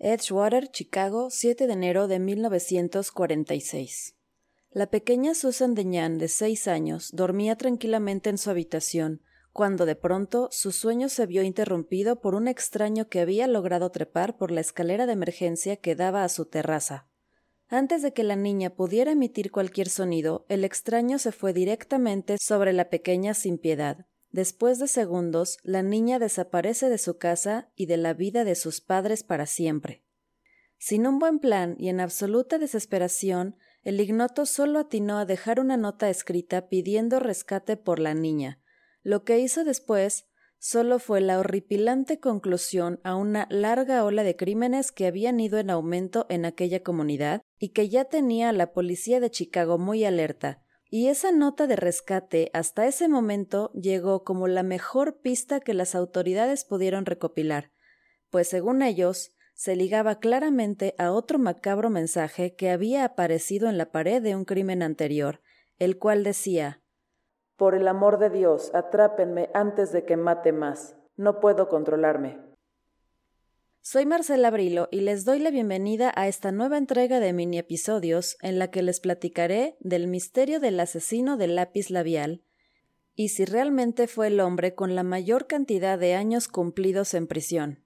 Edgewater, Chicago, 7 de enero de 1946. La pequeña Susan Deñán, de 6 años, dormía tranquilamente en su habitación, cuando de pronto su sueño se vio interrumpido por un extraño que había logrado trepar por la escalera de emergencia que daba a su terraza. Antes de que la niña pudiera emitir cualquier sonido, el extraño se fue directamente sobre la pequeña sin piedad. Después de segundos, la niña desaparece de su casa y de la vida de sus padres para siempre. Sin un buen plan y en absoluta desesperación, el ignoto solo atinó a dejar una nota escrita pidiendo rescate por la niña. Lo que hizo después solo fue la horripilante conclusión a una larga ola de crímenes que habían ido en aumento en aquella comunidad y que ya tenía a la policía de Chicago muy alerta, y esa nota de rescate hasta ese momento llegó como la mejor pista que las autoridades pudieron recopilar, pues según ellos, se ligaba claramente a otro macabro mensaje que había aparecido en la pared de un crimen anterior, el cual decía: «Por el amor de Dios, atrápenme antes de que mate más. No puedo controlarme». Soy Marcela Brilo y les doy la bienvenida a esta nueva entrega de mini episodios en la que les platicaré del misterio del asesino del lápiz labial y si realmente fue el hombre con la mayor cantidad de años cumplidos en prisión.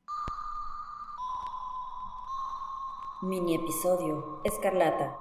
Mini episodio Escarlata.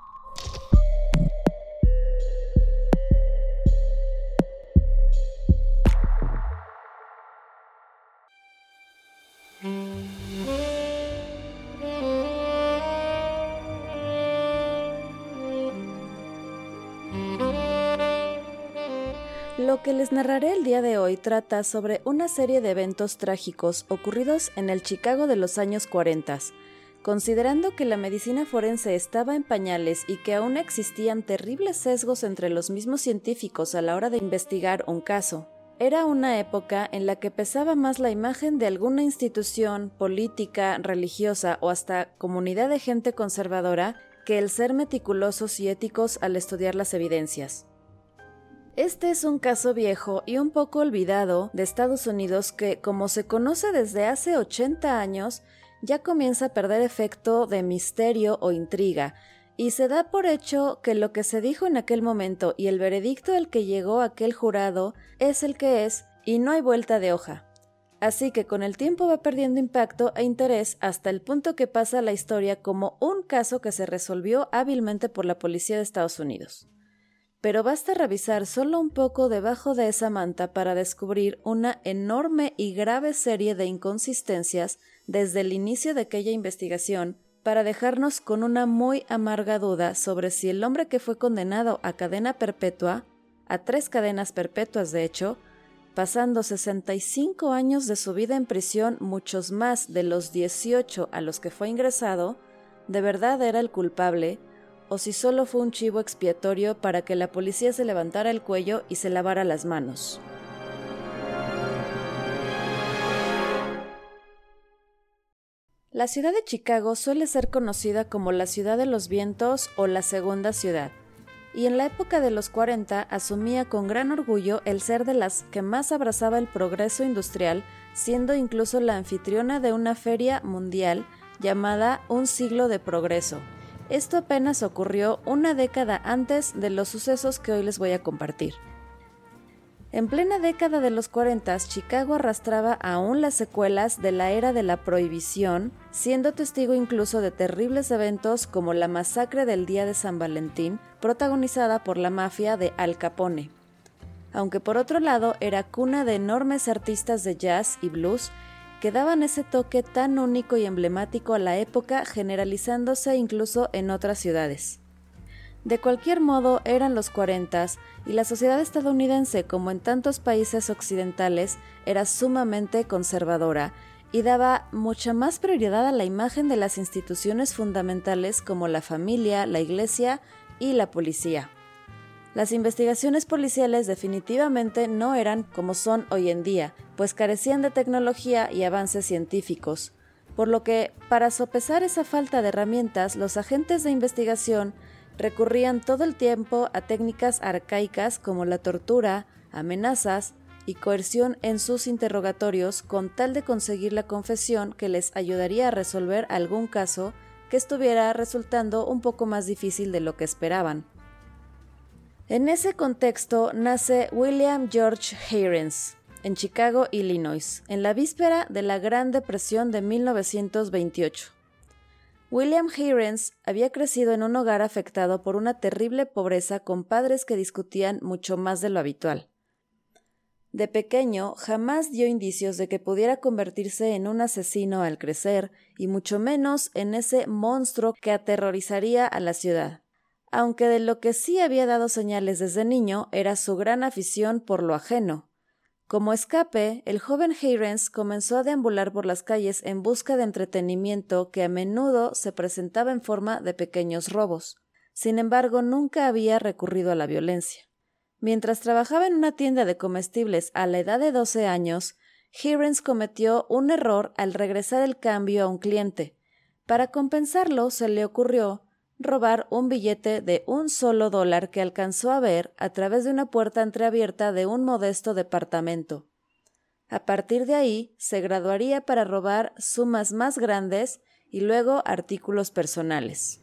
Lo que les narraré el día de hoy trata sobre una serie de eventos trágicos ocurridos en el Chicago de los años 40, considerando que la medicina forense estaba en pañales y que aún existían terribles sesgos entre los mismos científicos a la hora de investigar un caso. Era una época en la que pesaba más la imagen de alguna institución, política, religiosa o hasta comunidad de gente conservadora que el ser meticulosos y éticos al estudiar las evidencias. Este es un caso viejo y un poco olvidado de Estados Unidos que, como se conoce desde hace 80 años, ya comienza a perder efecto de misterio o intriga, y se da por hecho que lo que se dijo en aquel momento y el veredicto al que llegó aquel jurado es el que es, y no hay vuelta de hoja. Así que con el tiempo va perdiendo impacto e interés hasta el punto que pasa a la historia como un caso que se resolvió hábilmente por la policía de Estados Unidos. Pero basta revisar solo un poco debajo de esa manta para descubrir una enorme y grave serie de inconsistencias desde el inicio de aquella investigación para dejarnos con una muy amarga duda sobre si el hombre que fue condenado a cadena perpetua, a 3 cadenas perpetuas de hecho, pasando 65 años de su vida en prisión, muchos más de los 18 a los que fue ingresado, de verdad era el culpable, o si solo fue un chivo expiatorio para que la policía se levantara el cuello y se lavara las manos. La ciudad de Chicago suele ser conocida como la ciudad de los vientos o la segunda ciudad, y en la época de los 40 asumía con gran orgullo el ser de las que más abrazaba el progreso industrial, siendo incluso la anfitriona de una feria mundial llamada Un Siglo de Progreso. Esto apenas ocurrió una década antes de los sucesos que hoy les voy a compartir. En plena década de los 40, Chicago arrastraba aún las secuelas de la era de la prohibición, siendo testigo incluso de terribles eventos como la masacre del Día de San Valentín, protagonizada por la mafia de Al Capone. Aunque por otro lado era cuna de enormes artistas de jazz y blues, que daban ese toque tan único y emblemático a la época, generalizándose incluso en otras ciudades. De cualquier modo, eran los 40s y la sociedad estadounidense, como en tantos países occidentales, era sumamente conservadora y daba mucha más prioridad a la imagen de las instituciones fundamentales como la familia, la iglesia y la policía. Las investigaciones policiales definitivamente no eran como son hoy en día, pues carecían de tecnología y avances científicos, por lo que, para sopesar esa falta de herramientas, los agentes de investigación recurrían todo el tiempo a técnicas arcaicas como la tortura, amenazas, y coerción en sus interrogatorios con tal de conseguir la confesión que les ayudaría a resolver algún caso que estuviera resultando un poco más difícil de lo que esperaban. En ese contexto nace William George Heirens, en Chicago, Illinois, en la víspera de la Gran Depresión de 1928. William Heirens había crecido en un hogar afectado por una terrible pobreza con padres que discutían mucho más de lo habitual. De pequeño, jamás dio indicios de que pudiera convertirse en un asesino al crecer, y mucho menos en ese monstruo que aterrorizaría a la ciudad. Aunque de lo que sí había dado señales desde niño era su gran afición por lo ajeno. Como escape, el joven Heirens comenzó a deambular por las calles en busca de entretenimiento que a menudo se presentaba en forma de pequeños robos. Sin embargo, nunca había recurrido a la violencia. Mientras trabajaba en una tienda de comestibles a la edad de 12 años, Heirens cometió un error al regresar el cambio a un cliente. Para compensarlo, se le ocurrió robar un billete de $1 que alcanzó a ver a través de una puerta entreabierta de un modesto departamento. A partir de ahí, se graduaría para robar sumas más grandes y luego artículos personales.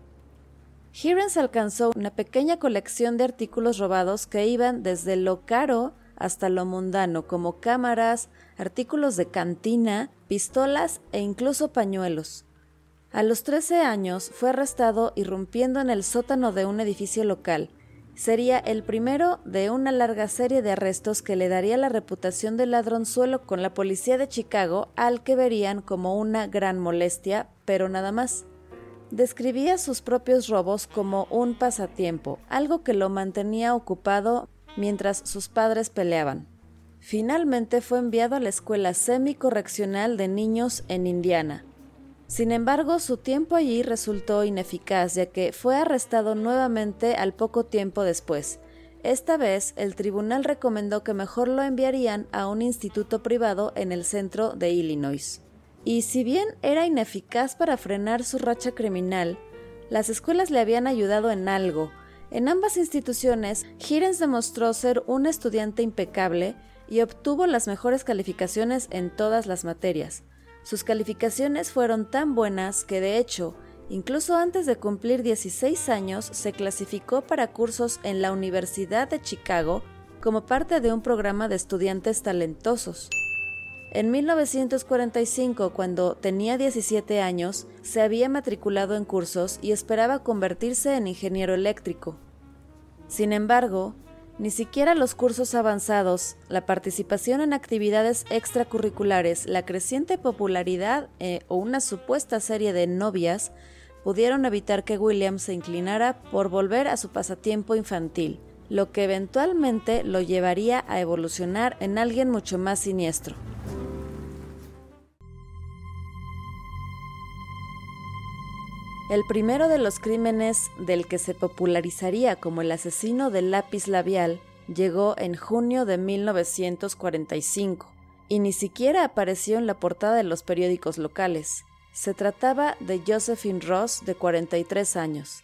Heirens alcanzó una pequeña colección de artículos robados que iban desde lo caro hasta lo mundano, como cámaras, artículos de cantina, pistolas e incluso pañuelos. A los 13 años fue arrestado irrumpiendo en el sótano de un edificio local. Sería el primero de una larga serie de arrestos que le daría la reputación de ladronzuelo con la policía de Chicago, al que verían como una gran molestia, pero nada más. Describía sus propios robos como un pasatiempo, algo que lo mantenía ocupado mientras sus padres peleaban. Finalmente fue enviado a la escuela semi-correccional de niños en Indiana. Sin embargo, su tiempo allí resultó ineficaz, ya que fue arrestado nuevamente al poco tiempo después. Esta vez, el tribunal recomendó que mejor lo enviarían a un instituto privado en el centro de Illinois. Y si bien era ineficaz para frenar su racha criminal, las escuelas le habían ayudado en algo. En ambas instituciones, Heirens demostró ser un estudiante impecable y obtuvo las mejores calificaciones en todas las materias. Sus calificaciones fueron tan buenas que, de hecho, incluso antes de cumplir 16 años, se clasificó para cursos en la Universidad de Chicago como parte de un programa de estudiantes talentosos. En 1945, cuando tenía 17 años, se había matriculado en cursos y esperaba convertirse en ingeniero eléctrico. Sin embargo, ni siquiera los cursos avanzados, la participación en actividades extracurriculares, la creciente popularidad o una supuesta serie de novias pudieron evitar que William se inclinara por volver a su pasatiempo infantil, lo que eventualmente lo llevaría a evolucionar en alguien mucho más siniestro. El primero de los crímenes del que se popularizaría como el asesino del lápiz labial llegó en junio de 1945 y ni siquiera apareció en la portada de los periódicos locales. Se trataba de Josephine Ross, de 43 años.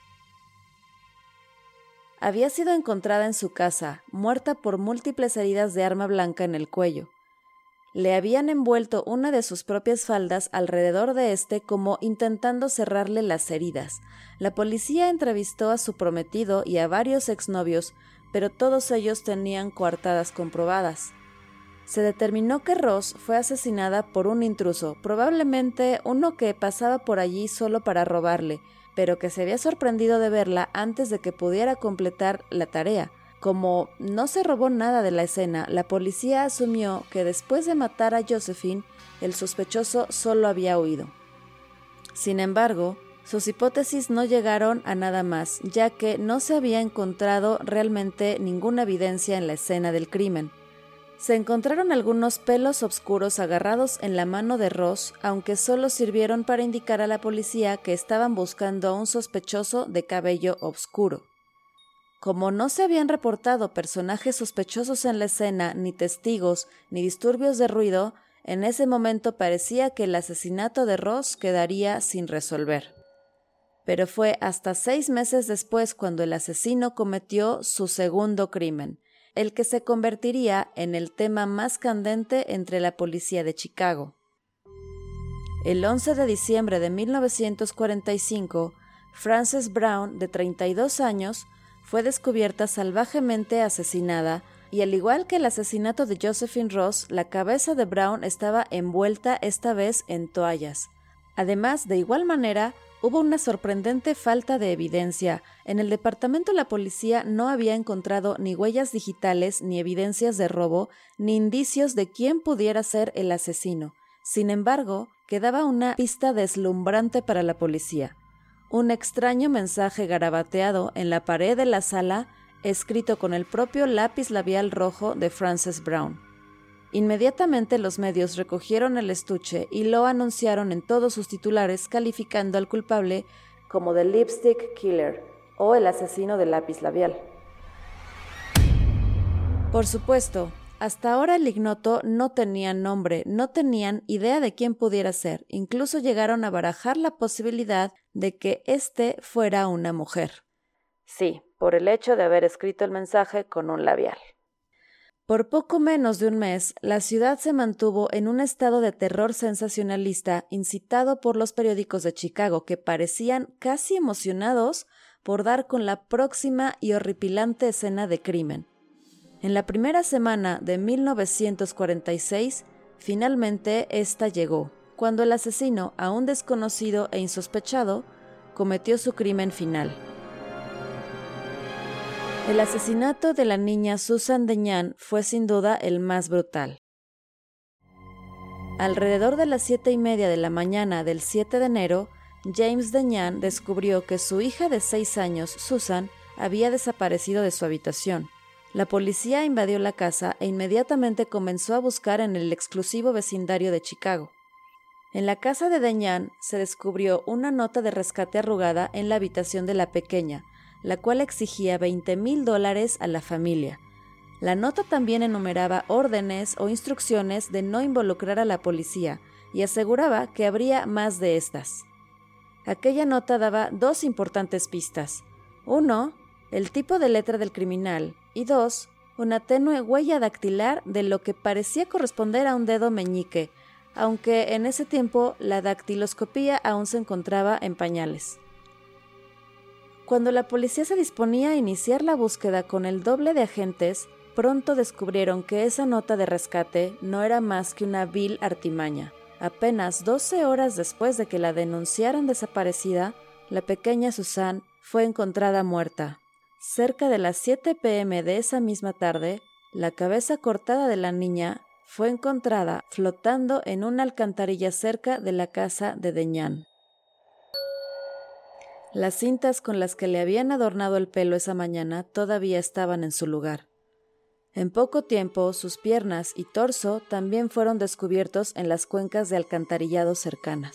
Había sido encontrada en su casa, muerta por múltiples heridas de arma blanca en el cuello. Le habían envuelto una de sus propias faldas alrededor de como intentando cerrarle las heridas. La policía entrevistó a su prometido y a varios exnovios, pero todos ellos tenían coartadas comprobadas. Se determinó que Ross fue asesinada por un intruso, probablemente uno que pasaba por allí solo para robarle, pero que se había sorprendido de verla antes de que pudiera completar la tarea. Como no se robó nada de la escena, la policía asumió que después de matar a Josephine, el sospechoso solo había huido. Sin embargo, sus hipótesis no llegaron a nada más, ya que no se había encontrado realmente ninguna evidencia en la escena del crimen. Se encontraron algunos pelos oscuros agarrados en la mano de Ross, aunque solo sirvieron para indicar a la policía que estaban buscando a un sospechoso de cabello oscuro. Como no se habían reportado personajes sospechosos en la escena, ni testigos, ni disturbios de ruido, en ese momento parecía que el asesinato de Ross quedaría sin resolver. Pero fue hasta 6 meses después cuando el asesino cometió su segundo crimen. el que se convertiría en el tema más candente entre la policía de Chicago. El 11 de diciembre de 1945, Frances Brown, de 32 años, fue descubierta salvajemente asesinada y al igual que el asesinato de Josephine Ross, la cabeza de Brown estaba envuelta esta vez en toallas. Además, de igual manera, hubo una sorprendente falta de evidencia. En el departamento la policía no había encontrado ni huellas digitales, ni evidencias de robo, ni indicios de quién pudiera ser el asesino. Sin embargo, quedaba una pista deslumbrante para la policía. Un extraño mensaje garabateado en la pared de la sala, escrito con el propio lápiz labial rojo de Frances Brown. Inmediatamente los medios recogieron el estuche y lo anunciaron en todos sus titulares, calificando al culpable como The Lipstick Killer o el asesino del lápiz labial. Por supuesto, hasta ahora el ignoto no tenía nombre, no tenían idea de quién pudiera ser, incluso llegaron a barajar la posibilidad de que éste fuera una mujer. Sí, por el hecho de haber escrito el mensaje con un labial. Por poco menos de un mes, la ciudad se mantuvo en un estado de terror sensacionalista incitado por los periódicos de Chicago que parecían casi emocionados por dar con la próxima y horripilante escena de crimen. En la primera semana de 1946, finalmente esta llegó, cuando el asesino, aún desconocido e insospechado, cometió su crimen final. El asesinato de la niña Susan DeNyan fue sin duda el más brutal. Alrededor de las 7:30 de la mañana del 7 de enero, James DeNyan descubrió que su hija de 6 años, Susan, había desaparecido de su habitación. La policía invadió la casa e inmediatamente comenzó a buscar en el exclusivo vecindario de Chicago. En la casa de DeNyan se descubrió una nota de rescate arrugada en la habitación de la pequeña, la cual exigía $20,000 a la familia. La nota también enumeraba órdenes o instrucciones de no involucrar a la policía y aseguraba que habría más de estas. Aquella nota daba 2 importantes pistas. 1, el tipo de letra del criminal, y 2, una tenue huella dactilar de lo que parecía corresponder a un dedo meñique, aunque en ese tiempo la dactiloscopía aún se encontraba en pañales. Cuando la policía se disponía a iniciar la búsqueda con el doble de agentes, pronto descubrieron que esa nota de rescate no era más que una vil artimaña. Apenas 12 horas después de que la denunciaran desaparecida, la pequeña Susan fue encontrada muerta. Cerca de las 7 p.m. de esa misma tarde, la cabeza cortada de la niña fue encontrada flotando en una alcantarilla cerca de la casa de DeNyan. Las cintas con las que le habían adornado el pelo esa mañana todavía estaban en su lugar. En poco tiempo, sus piernas y torso también fueron descubiertos en las cuencas de alcantarillado cercanas.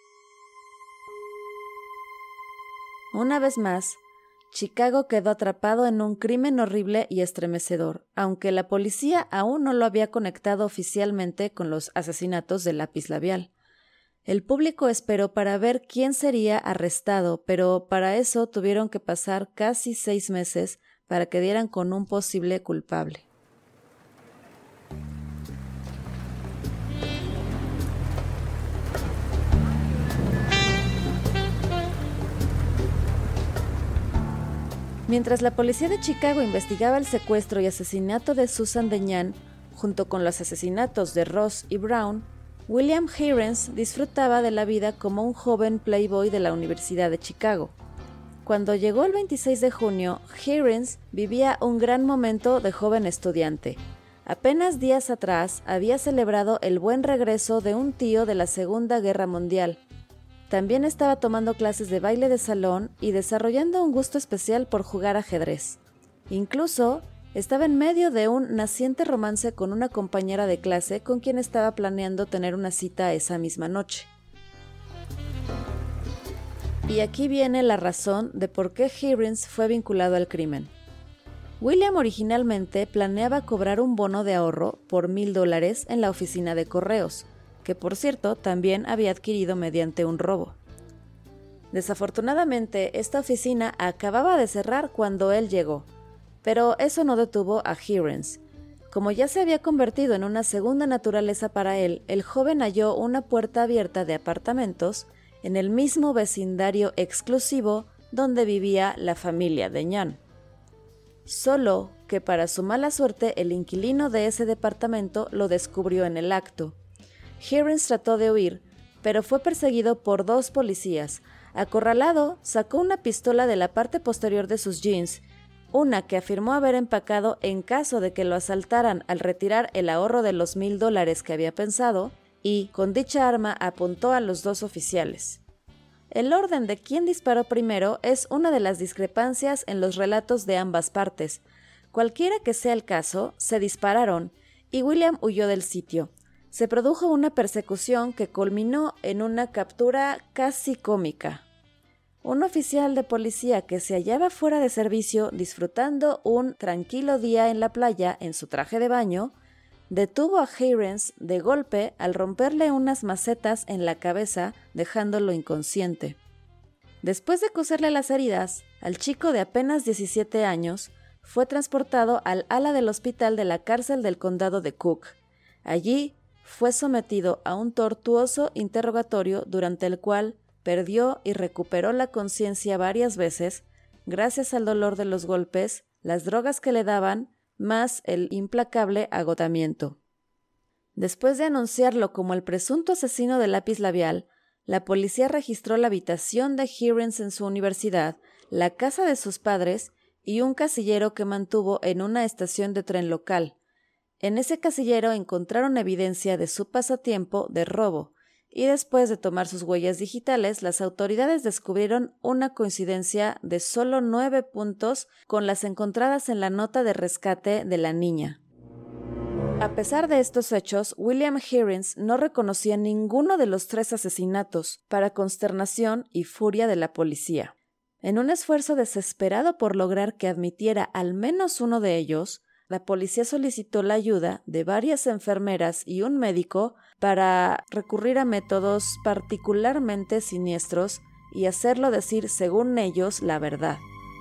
Una vez más, Chicago quedó atrapado en un crimen horrible y estremecedor, aunque la policía aún no lo había conectado oficialmente con los asesinatos del lápiz labial. El público esperó para ver quién sería arrestado, pero para eso tuvieron que pasar casi 6 meses para que dieran con un posible culpable. Mientras la policía de Chicago investigaba el secuestro y asesinato de Susan DeNyan, junto con los asesinatos de Ross y Brown, William Heirens disfrutaba de la vida como un joven playboy de la Universidad de Chicago. Cuando llegó el 26 de junio, Heirens vivía un gran momento de joven estudiante. Apenas días atrás había celebrado el buen regreso de un tío de la Segunda Guerra Mundial. También estaba tomando clases de baile de salón y desarrollando un gusto especial por jugar ajedrez. Incluso estaba en medio de un naciente romance con una compañera de clase con quien estaba planeando tener una cita esa misma noche. Y aquí viene la razón de por qué Heirens fue vinculado al crimen. William originalmente planeaba cobrar un bono de ahorro por $1,000 en la oficina de correos, que por cierto también había adquirido mediante un robo. Desafortunadamente, esta oficina acababa de cerrar cuando él llegó. Pero eso no detuvo a Heerens. Como ya se había convertido en una segunda naturaleza para él, el joven halló una puerta abierta de apartamentos en el mismo vecindario exclusivo donde vivía la familia de Nhan. Solo que para su mala suerte el inquilino de ese departamento lo descubrió en el acto. Heerens trató de huir, pero fue perseguido por 2 policías. Acorralado, sacó una pistola de la parte posterior de sus jeans, una que afirmó haber empacado en caso de que lo asaltaran al retirar el ahorro de los $1,000 que había pensado, y con dicha arma apuntó a los 2 oficiales. El orden de quién disparó primero es una de las discrepancias en los relatos de ambas partes. Cualquiera que sea el caso, se dispararon y William huyó del sitio. Se produjo una persecución que culminó en una captura casi cómica. Un oficial de policía que se hallaba fuera de servicio disfrutando un tranquilo día en la playa en su traje de baño, detuvo a Heerens de golpe al romperle unas macetas en la cabeza, dejándolo inconsciente. Después de coserle las heridas, al chico de apenas 17 años fue transportado al ala del hospital de la cárcel del condado de Cook. Allí fue sometido a un tortuoso interrogatorio durante el cual perdió y recuperó la conciencia varias veces gracias al dolor de los golpes, las drogas que le daban, más el implacable agotamiento. Después de anunciarlo como el presunto asesino del lápiz labial, la policía registró la habitación de Heerens en su universidad, la casa de sus padres y un casillero que mantuvo en una estación de tren local. En ese casillero encontraron evidencia de su pasatiempo de robo, y después de tomar sus huellas digitales, las autoridades descubrieron una coincidencia de solo 9 puntos con las encontradas en la nota de rescate de la niña. A pesar de estos hechos, William Heerens no reconocía ninguno de los 3 asesinatos, para consternación y furia de la policía. En un esfuerzo desesperado por lograr que admitiera al menos uno de ellos, la policía solicitó la ayuda de varias enfermeras y un médico para recurrir a métodos particularmente siniestros y hacerlo decir, según ellos, la verdad.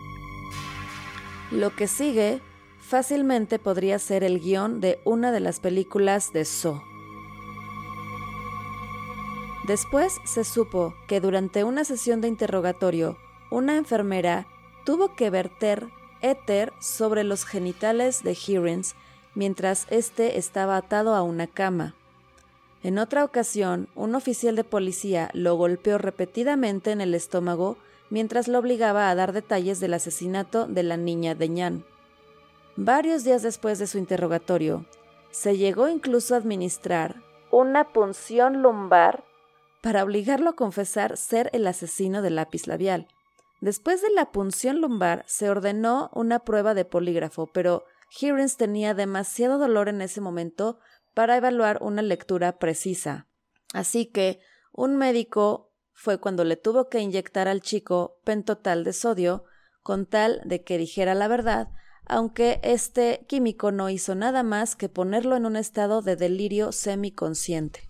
Lo que sigue fácilmente podría ser el guión de una de las películas de Saw. Después se supo que durante una sesión de interrogatorio, una enfermera tuvo que verter éter sobre los genitales de Heerens mientras éste estaba atado a una cama. En otra ocasión, un oficial de policía lo golpeó repetidamente en el estómago mientras lo obligaba a dar detalles del asesinato de la niña de Nhan. Varios días después de su interrogatorio, se llegó incluso a administrar una punción lumbar para obligarlo a confesar ser el asesino del lápiz labial. Después de la punción lumbar, se ordenó una prueba de polígrafo, pero Heerens tenía demasiado dolor en ese momento para evaluar una lectura precisa. Así que un médico fue cuando le tuvo que inyectar al chico pentotal de sodio con tal de que dijera la verdad, aunque este químico no hizo nada más que ponerlo en un estado de delirio semiconsciente.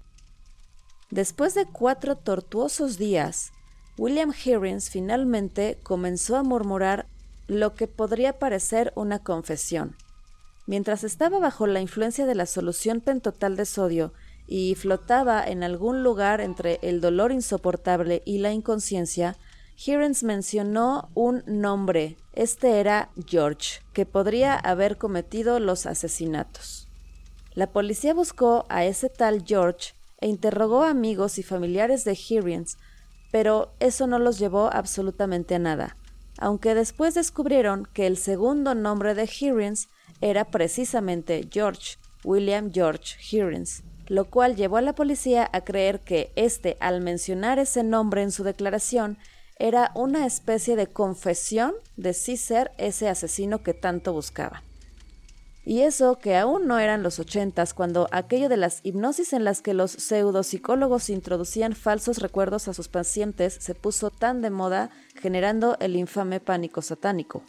Después de 4 tortuosos días, William Heerens finalmente comenzó a murmurar lo que podría parecer una confesión. Mientras estaba bajo la influencia de la solución pentotal de sodio y flotaba en algún lugar entre el dolor insoportable y la inconsciencia, Heerens mencionó un nombre. Este era George, que podría haber cometido los asesinatos. La policía buscó a ese tal George e interrogó a amigos y familiares de Heerens, pero eso no los llevó absolutamente a nada, aunque después descubrieron que el segundo nombre de Heerens era precisamente George, William George Heerens, lo cual llevó a la policía a creer que al mencionar ese nombre en su declaración, era una especie de confesión de sí ser ese asesino que tanto buscaba. Y eso que aún no eran los 80s, cuando aquello de las hipnosis en las que los pseudopsicólogos introducían falsos recuerdos a sus pacientes se puso tan de moda, generando el infame pánico satánico.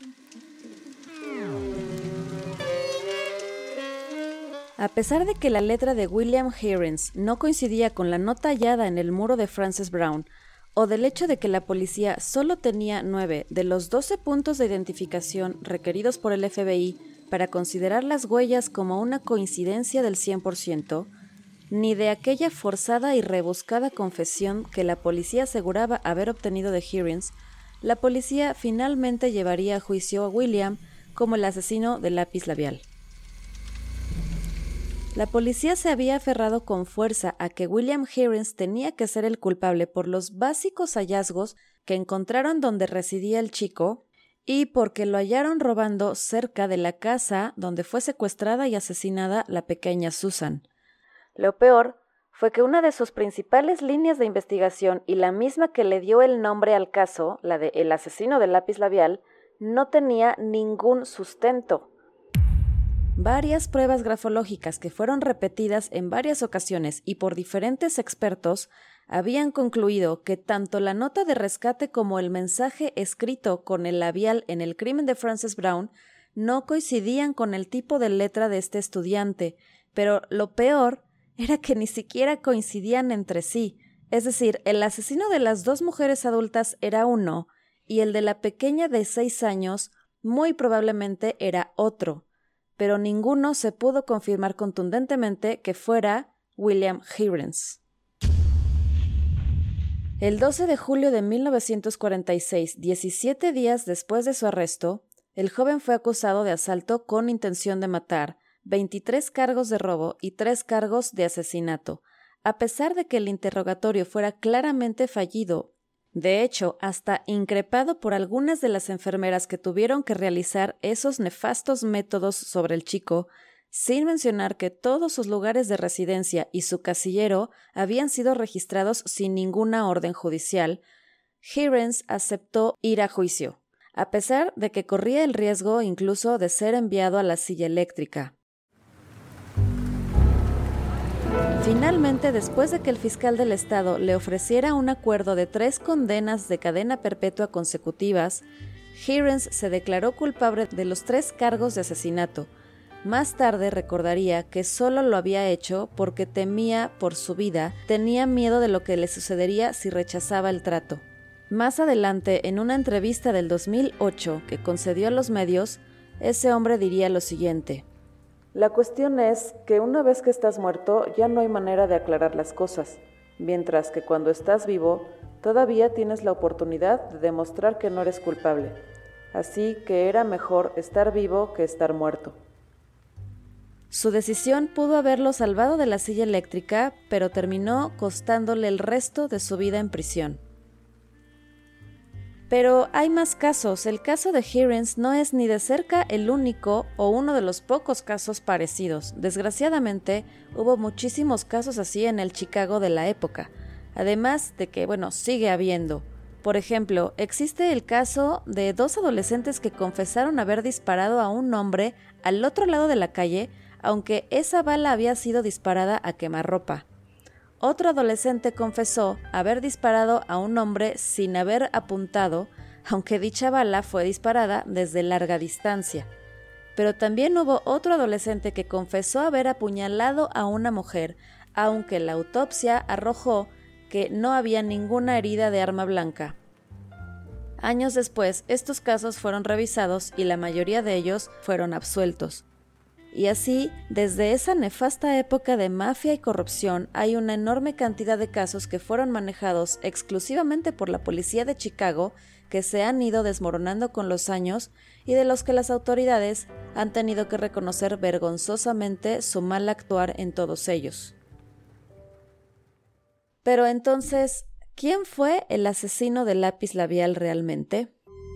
A pesar de que la letra de William Heerens no coincidía con la nota hallada en el muro de Frances Brown, o del hecho de que la policía solo tenía 9 de los 12 puntos de identificación requeridos por el FBI para considerar las huellas como una coincidencia del 100%, ni de aquella forzada y rebuscada confesión que la policía aseguraba haber obtenido de Hearens, la policía finalmente llevaría a juicio a William como el asesino del lápiz labial. La policía se había aferrado con fuerza a que William Hearens tenía que ser el culpable por los básicos hallazgos que encontraron donde residía el chico y porque lo hallaron robando cerca de la casa donde fue secuestrada y asesinada la pequeña Susan. Lo peor fue que una de sus principales líneas de investigación y la misma que le dio el nombre al caso, la de El asesino del lápiz labial, no tenía ningún sustento. Varias pruebas grafológicas que fueron repetidas en varias ocasiones y por diferentes expertos habían concluido que tanto la nota de rescate como el mensaje escrito con el labial en el crimen de Frances Brown no coincidían con el tipo de letra de este estudiante, pero lo peor era que ni siquiera coincidían entre sí, es decir, el asesino de las 2 mujeres adultas era uno y el de la pequeña de 6 años muy probablemente era otro, pero ninguno se pudo confirmar contundentemente que fuera William Hearens. El 12 de julio de 1946, 17 días después de su arresto, el joven fue acusado de asalto con intención de matar, 23 cargos de robo y 3 cargos de asesinato, a pesar de que el interrogatorio fuera claramente fallido. De hecho, hasta increpado por algunas de las enfermeras que tuvieron que realizar esos nefastos métodos sobre el chico, sin mencionar que todos sus lugares de residencia y su casillero habían sido registrados sin ninguna orden judicial, Hearens aceptó ir a juicio, a pesar de que corría el riesgo incluso de ser enviado a la silla eléctrica. Finalmente, después de que el fiscal del estado le ofreciera un acuerdo de 3 condenas de cadena perpetua consecutivas, Hearens se declaró culpable de los 3 cargos de asesinato. Más tarde recordaría que solo lo había hecho porque temía por su vida, tenía miedo de lo que le sucedería si rechazaba el trato. Más adelante, en una entrevista del 2008 que concedió a los medios, ese hombre diría lo siguiente: La cuestión es que una vez que estás muerto ya no hay manera de aclarar las cosas, mientras que cuando estás vivo todavía tienes la oportunidad de demostrar que no eres culpable. Así que era mejor estar vivo que estar muerto. Su decisión pudo haberlo salvado de la silla eléctrica, pero terminó costándole el resto de su vida en prisión. Pero hay más casos. El caso de Hearens no es ni de cerca el único o uno de los pocos casos parecidos. Desgraciadamente, hubo muchísimos casos así en el Chicago de la época. Además de que, sigue habiendo. Por ejemplo, existe el caso de 2 adolescentes que confesaron haber disparado a un hombre al otro lado de la calle, aunque esa bala había sido disparada a quemarropa. Otro adolescente confesó haber disparado a un hombre sin haber apuntado, aunque dicha bala fue disparada desde larga distancia. Pero también hubo otro adolescente que confesó haber apuñalado a una mujer, aunque la autopsia arrojó que no había ninguna herida de arma blanca. Años después, estos casos fueron revisados y la mayoría de ellos fueron absueltos. Y así, desde esa nefasta época de mafia y corrupción, hay una enorme cantidad de casos que fueron manejados exclusivamente por la policía de Chicago, que se han ido desmoronando con los años y de los que las autoridades han tenido que reconocer vergonzosamente su mal actuar en todos ellos. Pero entonces, ¿quién fue el asesino del lápiz labial realmente?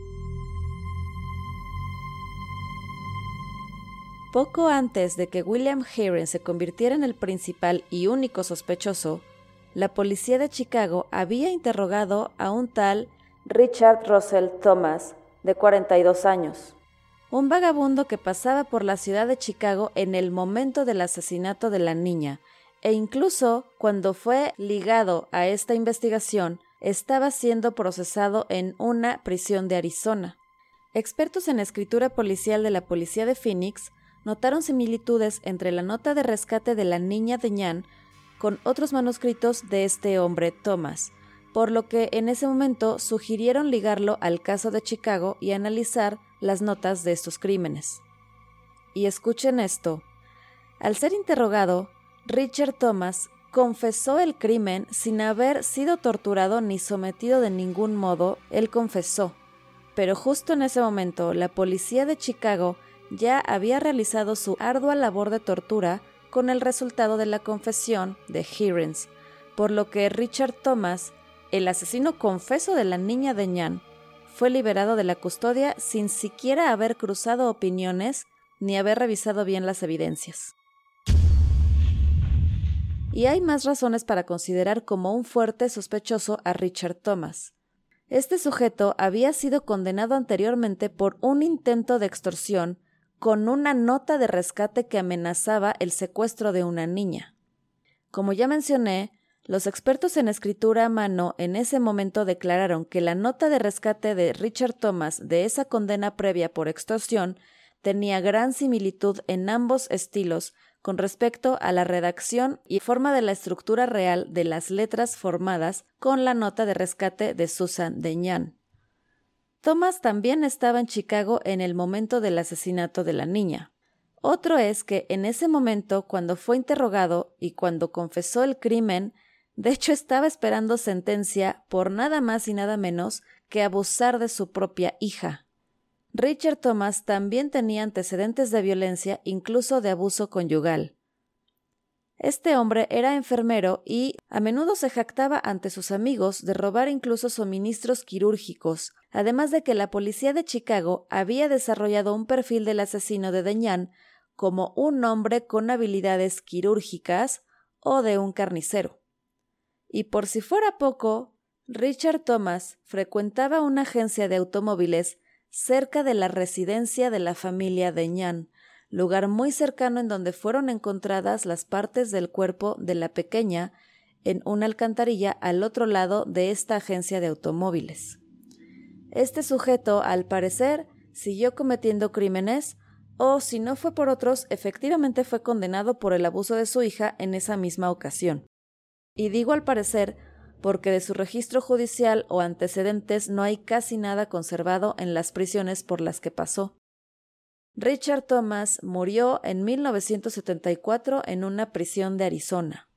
Poco antes de que William Hearens se convirtiera en el principal y único sospechoso, la policía de Chicago había interrogado a un tal Richard Russell Thomas, de 42 años. Un vagabundo que pasaba por la ciudad de Chicago en el momento del asesinato de la niña, e incluso cuando fue ligado a esta investigación, estaba siendo procesado en una prisión de Arizona. Expertos en escritura policial de la policía de Phoenix notaron similitudes entre la nota de rescate de la niña de Nyan con otros manuscritos de este hombre, Thomas, por lo que en ese momento sugirieron ligarlo al caso de Chicago y analizar las notas de estos crímenes. Y escuchen esto. Al ser interrogado, Richard Thomas confesó el crimen sin haber sido torturado ni sometido de ningún modo. Él confesó. Pero justo en ese momento, la policía de Chicago ya había realizado su ardua labor de tortura con el resultado de la confesión de Hearens, por lo que Richard Thomas, el asesino confeso de la niña de Nyan, fue liberado de la custodia sin siquiera haber cruzado opiniones ni haber revisado bien las evidencias. Y hay más razones para considerar como un fuerte sospechoso a Richard Thomas. Este sujeto había sido condenado anteriormente por un intento de extorsión con una nota de rescate que amenazaba el secuestro de una niña. Como ya mencioné, los expertos en escritura a mano en ese momento declararon que la nota de rescate de Richard Thomas de esa condena previa por extorsión tenía gran similitud en ambos estilos con respecto a la redacción y forma de la estructura real de las letras formadas con la nota de rescate de Susan de Nyan. Thomas también estaba en Chicago en el momento del asesinato de la niña. Otro es que en ese momento, cuando fue interrogado y cuando confesó el crimen, de hecho estaba esperando sentencia por nada más y nada menos que abusar de su propia hija. Richard Thomas también tenía antecedentes de violencia, incluso de abuso conyugal. Este hombre era enfermero y a menudo se jactaba ante sus amigos de robar incluso suministros quirúrgicos, además de que la policía de Chicago había desarrollado un perfil del asesino de Nyan como un hombre con habilidades quirúrgicas o de un carnicero. Y por si fuera poco, Richard Thomas frecuentaba una agencia de automóviles cerca de la residencia de la familia de Nyan, lugar muy cercano en donde fueron encontradas las partes del cuerpo de la pequeña en una alcantarilla al otro lado de esta agencia de automóviles. Este sujeto, al parecer, siguió cometiendo crímenes, o si no fue por otros, efectivamente fue condenado por el abuso de su hija en esa misma ocasión. Y digo al parecer porque de su registro judicial o antecedentes no hay casi nada conservado en las prisiones por las que pasó. Richard Thomas murió en 1974 en una prisión de Arizona.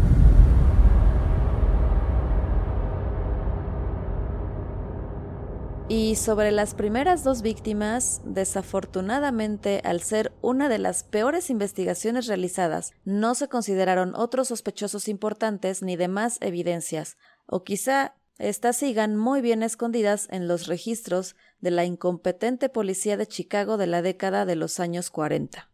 Y sobre las primeras dos víctimas, desafortunadamente, al ser una de las peores investigaciones realizadas, no se consideraron otros sospechosos importantes ni demás evidencias, o quizá estas sigan muy bien escondidas en los registros de la incompetente policía de Chicago de la década de los años 40.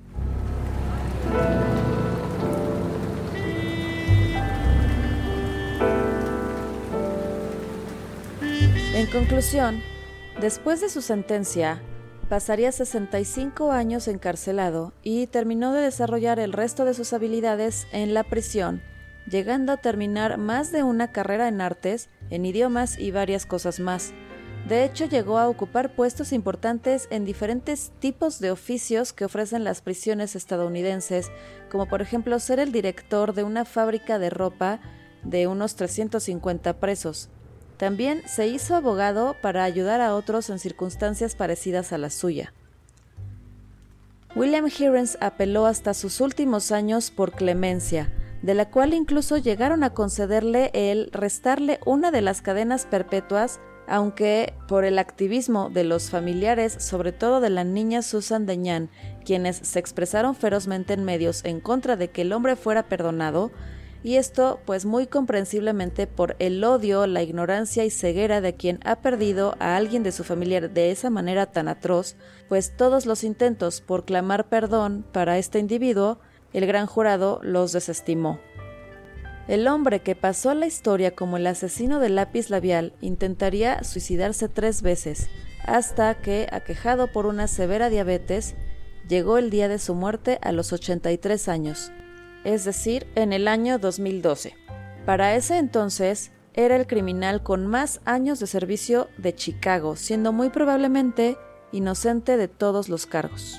En conclusión, después de su sentencia, pasaría 65 años encarcelado y terminó de desarrollar el resto de sus habilidades en la prisión, llegando a terminar más de una carrera en artes, en idiomas y varias cosas más. De hecho, llegó a ocupar puestos importantes en diferentes tipos de oficios que ofrecen las prisiones estadounidenses, como por ejemplo ser el director de una fábrica de ropa de unos 350 presos. También se hizo abogado para ayudar a otros en circunstancias parecidas a la suya. William Hearens apeló hasta sus últimos años por clemencia, de la cual incluso llegaron a concederle el restarle una de las cadenas perpetuas, aunque por el activismo de los familiares, sobre todo de la niña Susan de Nyan, quienes se expresaron ferozmente en medios en contra de que el hombre fuera perdonado, y esto pues muy comprensiblemente por el odio, la ignorancia y ceguera de quien ha perdido a alguien de su familia de esa manera tan atroz, pues todos los intentos por clamar perdón para este individuo, el gran jurado los desestimó. El hombre que pasó a la historia como el asesino del lápiz labial intentaría suicidarse 3 veces, hasta que, aquejado por una severa diabetes, llegó el día de su muerte a los 83 años. Es decir, en el año 2012. Para ese entonces, era el criminal con más años de servicio de Chicago, siendo muy probablemente inocente de todos los cargos.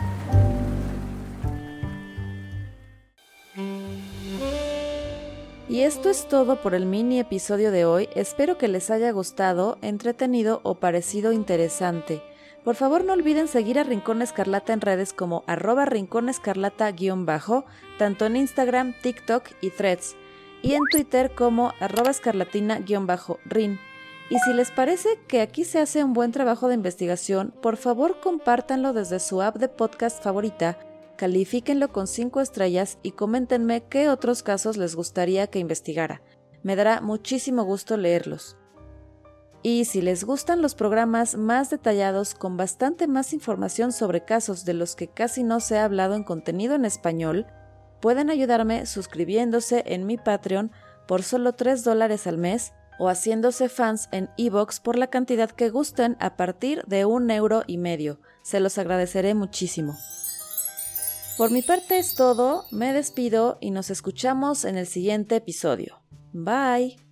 Y Y esto es todo por el mini episodio de hoy. Espero que les haya gustado, entretenido o parecido interesante. Por favor no olviden seguir a Rincón Escarlata en redes como @rinconescarlata_, tanto en Instagram, TikTok y Threads, y en Twitter como @escarlatina_rin. Y si les parece que aquí se hace un buen trabajo de investigación, por favor compártanlo desde su app de podcast favorita, califíquenlo con 5 estrellas y coméntenme qué otros casos les gustaría que investigara. Me dará muchísimo gusto leerlos. Y si les gustan los programas más detallados con bastante más información sobre casos de los que casi no se ha hablado en contenido en español, pueden ayudarme suscribiéndose en mi Patreon por solo $3 al mes o haciéndose fans en iVoox por la cantidad que gusten a partir de €1.50. Se los agradeceré muchísimo. Por mi parte es todo, me despido y nos escuchamos en el siguiente episodio. Bye.